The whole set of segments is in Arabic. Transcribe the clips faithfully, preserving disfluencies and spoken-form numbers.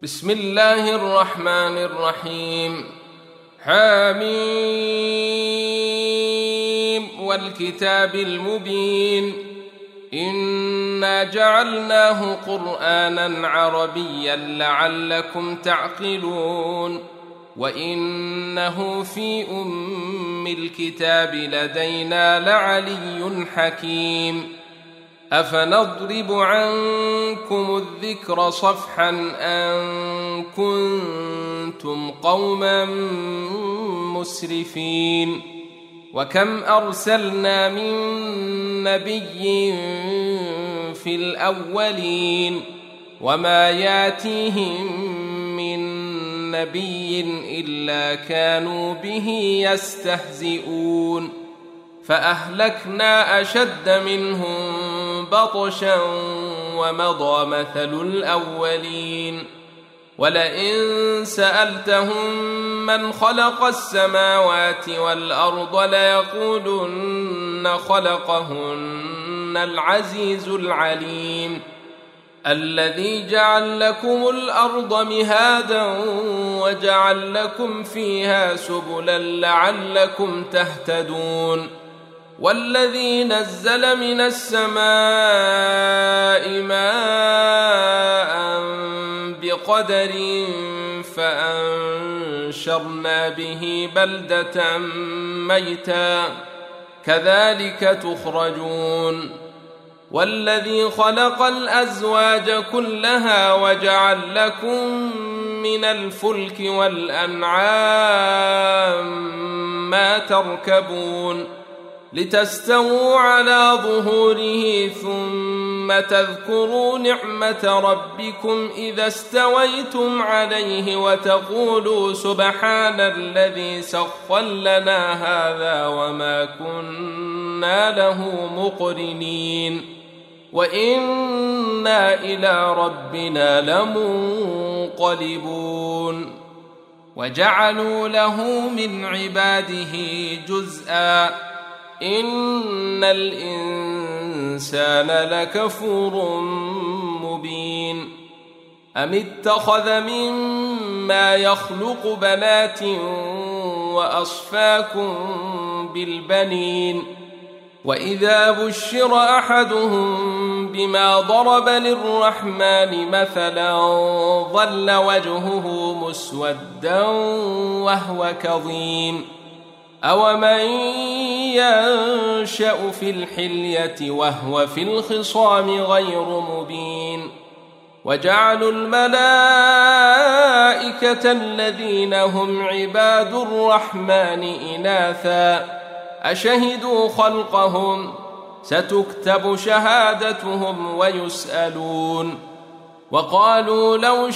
بسم الله الرحمن الرحيم. حميم والكتاب المبين إنا جعلناه قرآنا عربيا لعلكم تعقلون وإنه في أم الكتاب لدينا لعلي حكيم. أفنضرب عنكم الذكر صفحا أن كنتم قوما مسرفين. وكم أرسلنا من نبي في الأولين وما ياتيهم من نبي إلا كانوا به يستهزئون فأهلكنا أشد منهم بطشا ومضى مثل الأولين. ولئن سألتهم من خلق السماوات والأرض ليقولن خلقهن العزيز العليم الذي جعل لكم الأرض مهادا وجعل لكم فيها سبلا لعلكم تهتدون والذي نزل من السماء ماء بقدر فأنشرنا به بلدة ميتا كذلك تخرجون والذي خلق الأزواج كلها وجعل لكم من الفلك والأنعام ما تركبون لتستووا على ظهوره ثم تذكروا نعمة ربكم إذا استويتم عليه وتقولوا سبحان الذي سخر لنا هذا وما كنا له مقرنين وإنا إلى ربنا لمنقلبون. وجعلوا له من عباده جزءا إن الإنسان لكفور مبين. أم اتخذ مما يخلق بنات وأصفاكم بالبنين وإذا بشر أحدهم بما ضرب للرحمن مثلا ظل وجهه مسودا وهو كظيم أومن ينشأ في الحلية وهو في الخصام غير مبين. وجعلوا الملائكة الذين هم عباد الرحمن إناثا أشهدوا خلقهم ستكتب شهادتهم ويسألون. وقالوا لو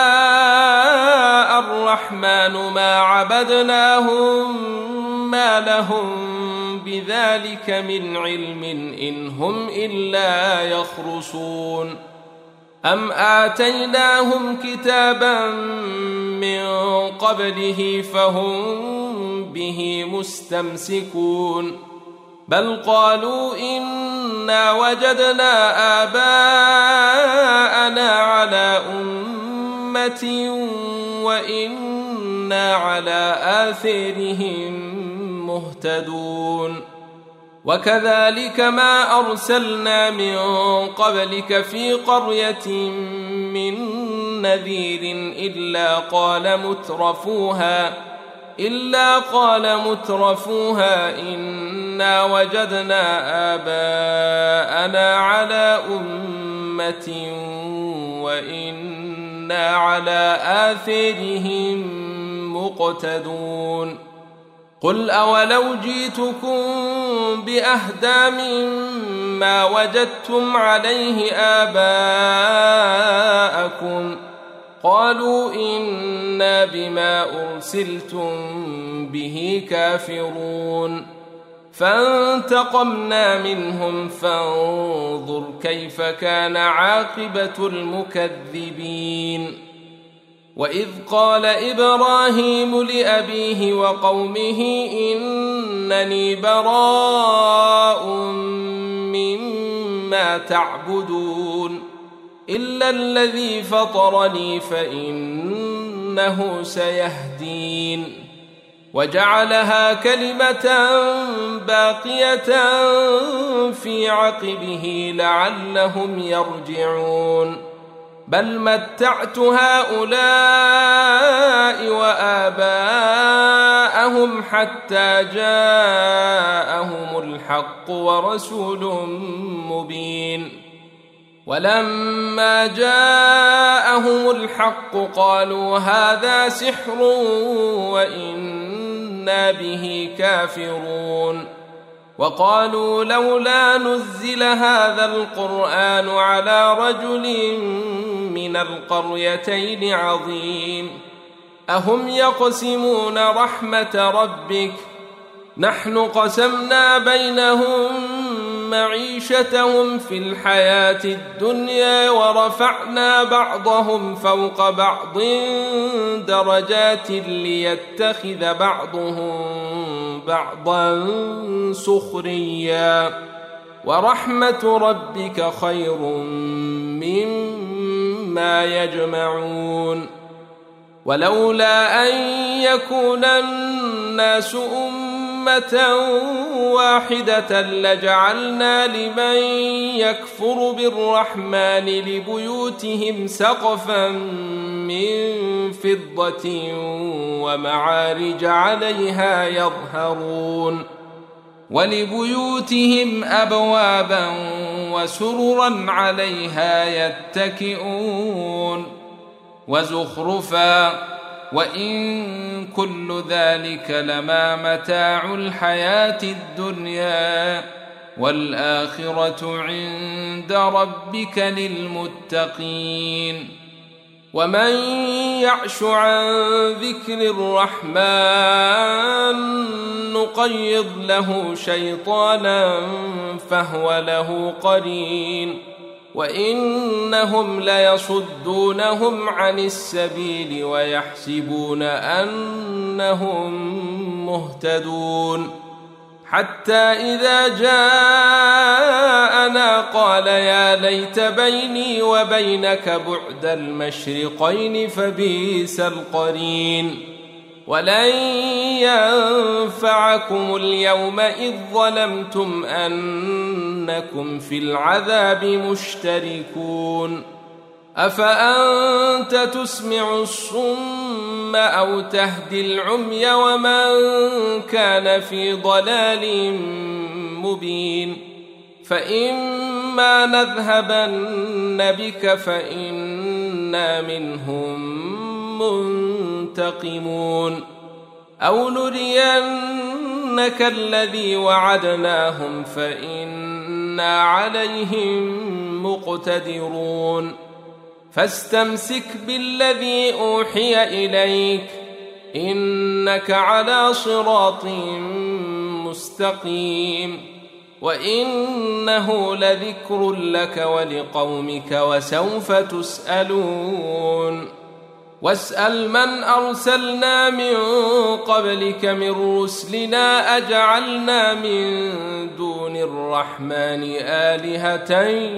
شاء الرحمن ما عبدناهم ما لهم بذلك من علم إن هم إلا يخرصون. أم آتيناهم كتابا من قبله فهم به مستمسكون بل قالوا إنا وجدنا آباءنا على أمة وإنا على آثارهم مهتدون. وكذلك ما أرسلنا من قبلك في قرية من نذير إلا قال مترفوها إلا قال مترفوها إنا وجدنا آباءنا على أمة وإنا على آثارهم مقتدون. قل أولو جئتكم بأهدى مما وجدتم عليه آباءكم قالوا إنا بما أرسلتم به كافرون فانتقمنا منهم فانظر كيف كان عاقبة المكذبين. وإذ قال إبراهيم لأبيه وقومه إنني براء مما تعبدون إلا الذي فطرني فإنه سيهدين وجعلها كلمة باقية في عقبه لعلهم يرجعون بل متعت هؤلاء وآباءهم حتى جاءهم الحق ورسول مبين ولما جاءهم الحق قالوا هذا سحر وإنا به كافرون وقالوا لولا نزل هذا القرآن على رجل من القريتين عظيم أهم يقسمون رحمة ربك نحن قسمنا بينهم معيشتهم في الحياة الدنيا ورفعنا بعضهم فوق بعض درجات ليتخذ بعضهم بعضا سخريا ورحمة ربك خير مما يجمعون ولولا أن يكون الناس أمة واحدة لجعلنا لمن يكفر بالرحمن لبيوتهم سقفا من فضة ومعارج عليها يظهرون ولبيوتهم أبوابا وسررا عليها يتكئون وزخرفا وإن كل ذلك لما متاع الحياة الدنيا والآخرة عند ربك للمتقين ومن يعش عن ذكر الرحمن نقيض له شيطانا فهو له قرين وإنهم ليصدونهم عن السبيل ويحسبون أنهم مهتدون حتى إذا جاءنا قال يا ليت بيني وبينك بعد المشرقين فبئس القرين ولن ينفعكم اليوم إذ ظلمتم أنكم في العذاب مشتركون أفأنت تسمع الصم أو تهدي العمي ومن كان في ضلال مبين فإما نذهبن بك فإنا منهم منتقمون أو نرينك الذي وعدناهم فإنا عليهم مقتدرون فاستمسك بالذي أوحي إليك إنك على صراط مستقيم وإنه لذكر لك ولقومك وسوف تسألون واسأل من أرسلنا من قبلك من رسلنا أجعلنا من دون الرحمن آلهة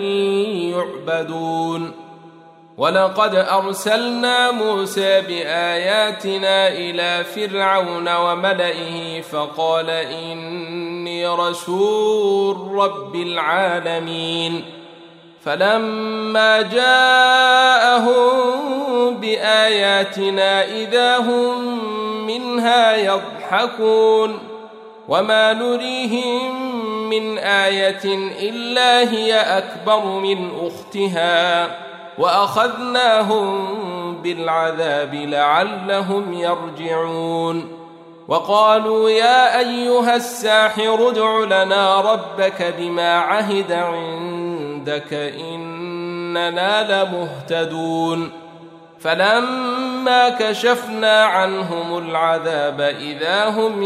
يعبدون ولقد أرسلنا موسى بآياتنا إلى فرعون وملئه فقال إني رسول رب العالمين فلما جاءهم بآياتنا إذا هم منها يضحكون وما نريهم من آية إلا هي أكبر من أختها وأخذناهم بالعذاب لعلهم يرجعون وقالوا يا أيها الساحر ادع لنا ربك بما عهد عندك إننا لمهتدون فلما كشفنا عنهم العذاب إذا هم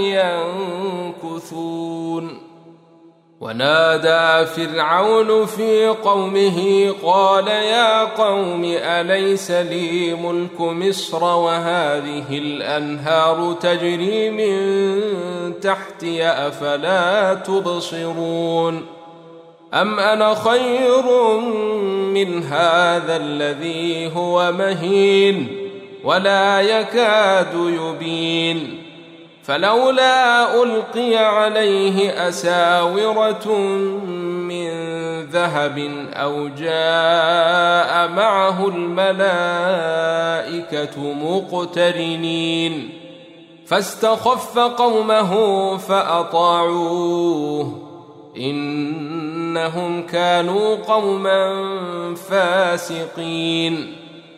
ينكثون ونادى فرعون في قومه قال يا قوم أليس لي ملك مصر وهذه الأنهار تجري من تحتي أفلا تبصرون أم أنا خير من هذا الذي هو مهين ولا يكاد يبين فلولا ألقي عليه أساورة من ذهب أو جاء معه الملائكة مقترنين فاستخف قومه فأطاعوه إنهم كانوا قوما فاسقين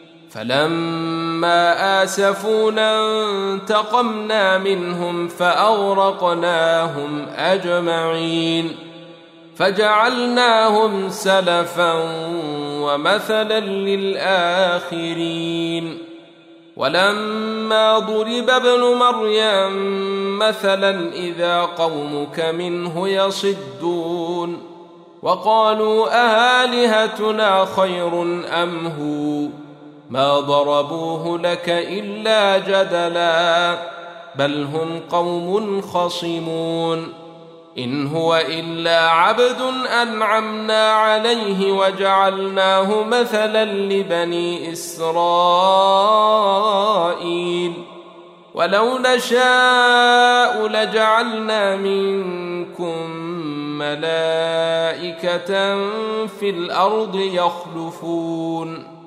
فلما آسفونا انتقمنا منهم فأغرقناهم أجمعين فجعلناهم سلفا ومثلا للآخرين ولما ضرب ابن مريم مثلا إذا قومك منه يصدون وقالوا أآلهتنا خير أم هو ما ضربوه لك إلا جدلا بل هم قوم خصمون إن هو إلا عبد أنعمنا عليه وجعلناه مثلا لبني إسرائيل ولو نشاء لجعلنا منكم ملائكة في الأرض يخلفون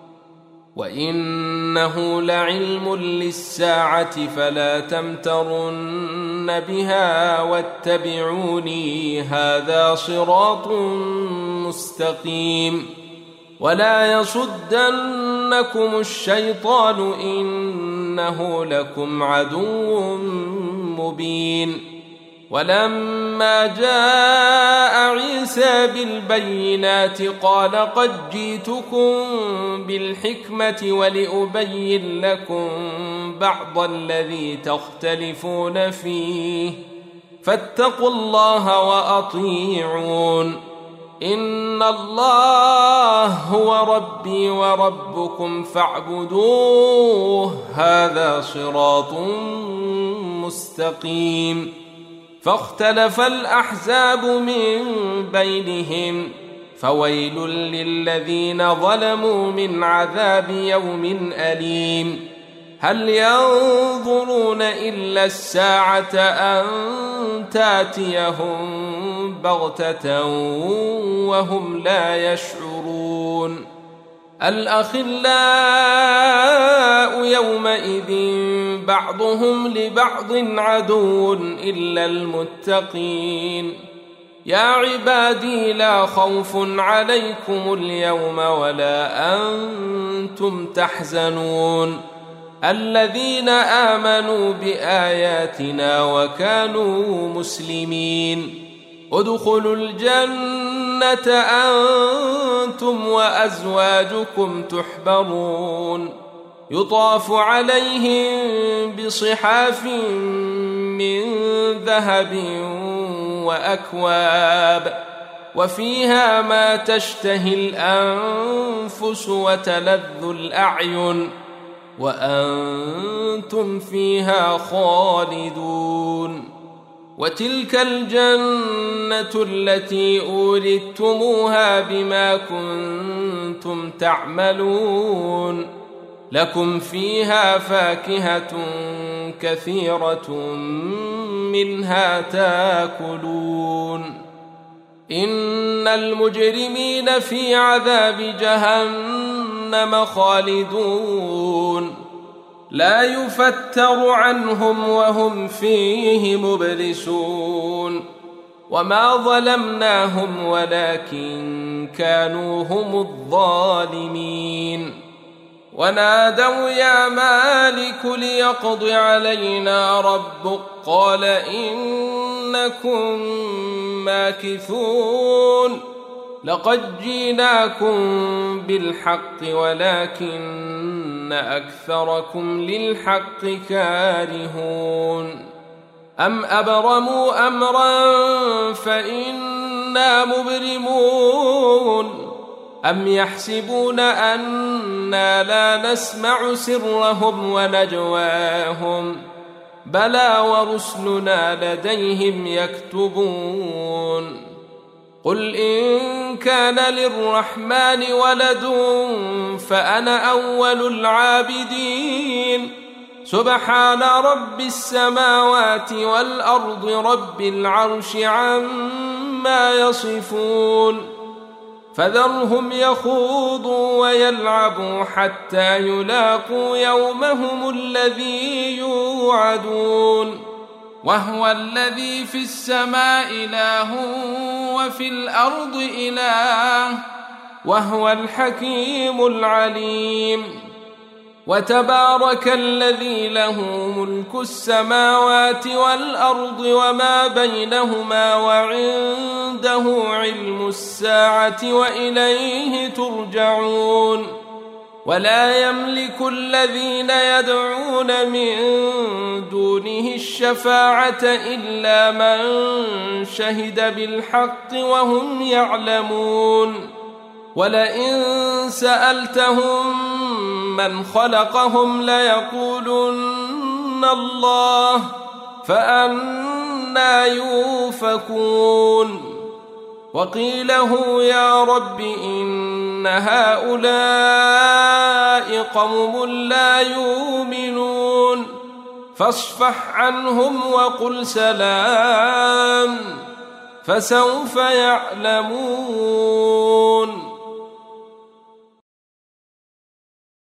وإنه لعلم للساعة فلا تمترن بها واتبعوني هذا صراط مستقيم ولا يصدنكم الشيطان إنه لكم عدو مبين ولما جاء عيسى بالبينات قال قد جئتكم بالحكمة ولأبين لكم بعض الذي تختلفون فيه فاتقوا الله وأطيعون إن الله هو ربي وربكم فاعبدوه هذا صراط مستقيم فاختلف الأحزاب من بينهم فويل للذين ظلموا من عذاب يوم أليم هل ينظرون إلا الساعة أن تأتيهم بغتة وهم لا يشعرون الأخلاء يومئذ بعضهم لبعض عدو إلا المتقين يا عبادي لا خوف عليكم اليوم ولا أنتم تحزنون الذين آمنوا بآياتنا وكانوا مسلمين ادخلوا الجنة أنتم وأزواجكم تحبرون يطاف عليهم بصحاف من ذهب وأكواب وفيها ما تشتهي الأنفس وتلذ الأعين وأنتم فيها خالدون وتلك الجنة التي أورثتموها بما كنتم تعملون لكم فيها فاكهة كثيرة منها تاكلون إن المجرمين في عذاب جهنم خالدون لا يفتر عنهم وهم فيه مبلسون وما ظلمناهم ولكن كانوا هم الظالمين ونادوا يا مالك ليقض علينا ربك قال إنكم ماكثون لقد جئناكم بالحق ولكن أكثركم للحق كارهون أم أبرموا أمرا فإنا مبرمون أم يحسبون أنا لا نسمع سرهم ونجواهم بلى ورسلنا لديهم يكتبون قل إن كان للرحمن ولد فأنا أول العابدين سبحان رب السماوات والأرض رب العرش عما يصفون فذرهم يخوضوا ويلعبوا حتى يلاقوا يومهم الذي يوعدون وهو الذي في السماء إله وفي الأرض إله وهو الحكيم العليم وتبارك الذي له ملك السماوات والأرض وما بينهما وعنده علم الساعة وإليه ترجعون ولا يملك الذين يدعون من دونه الشفاعة إلا من شهد بالحق وهم يعلمون ولئن سألتهم من خلقهم ليقولن الله فأنى يؤفكون وقيله يا رب إن هؤلاء قوم لا يؤمنون فاصفح عنهم وقل سلام فسوف يعلمون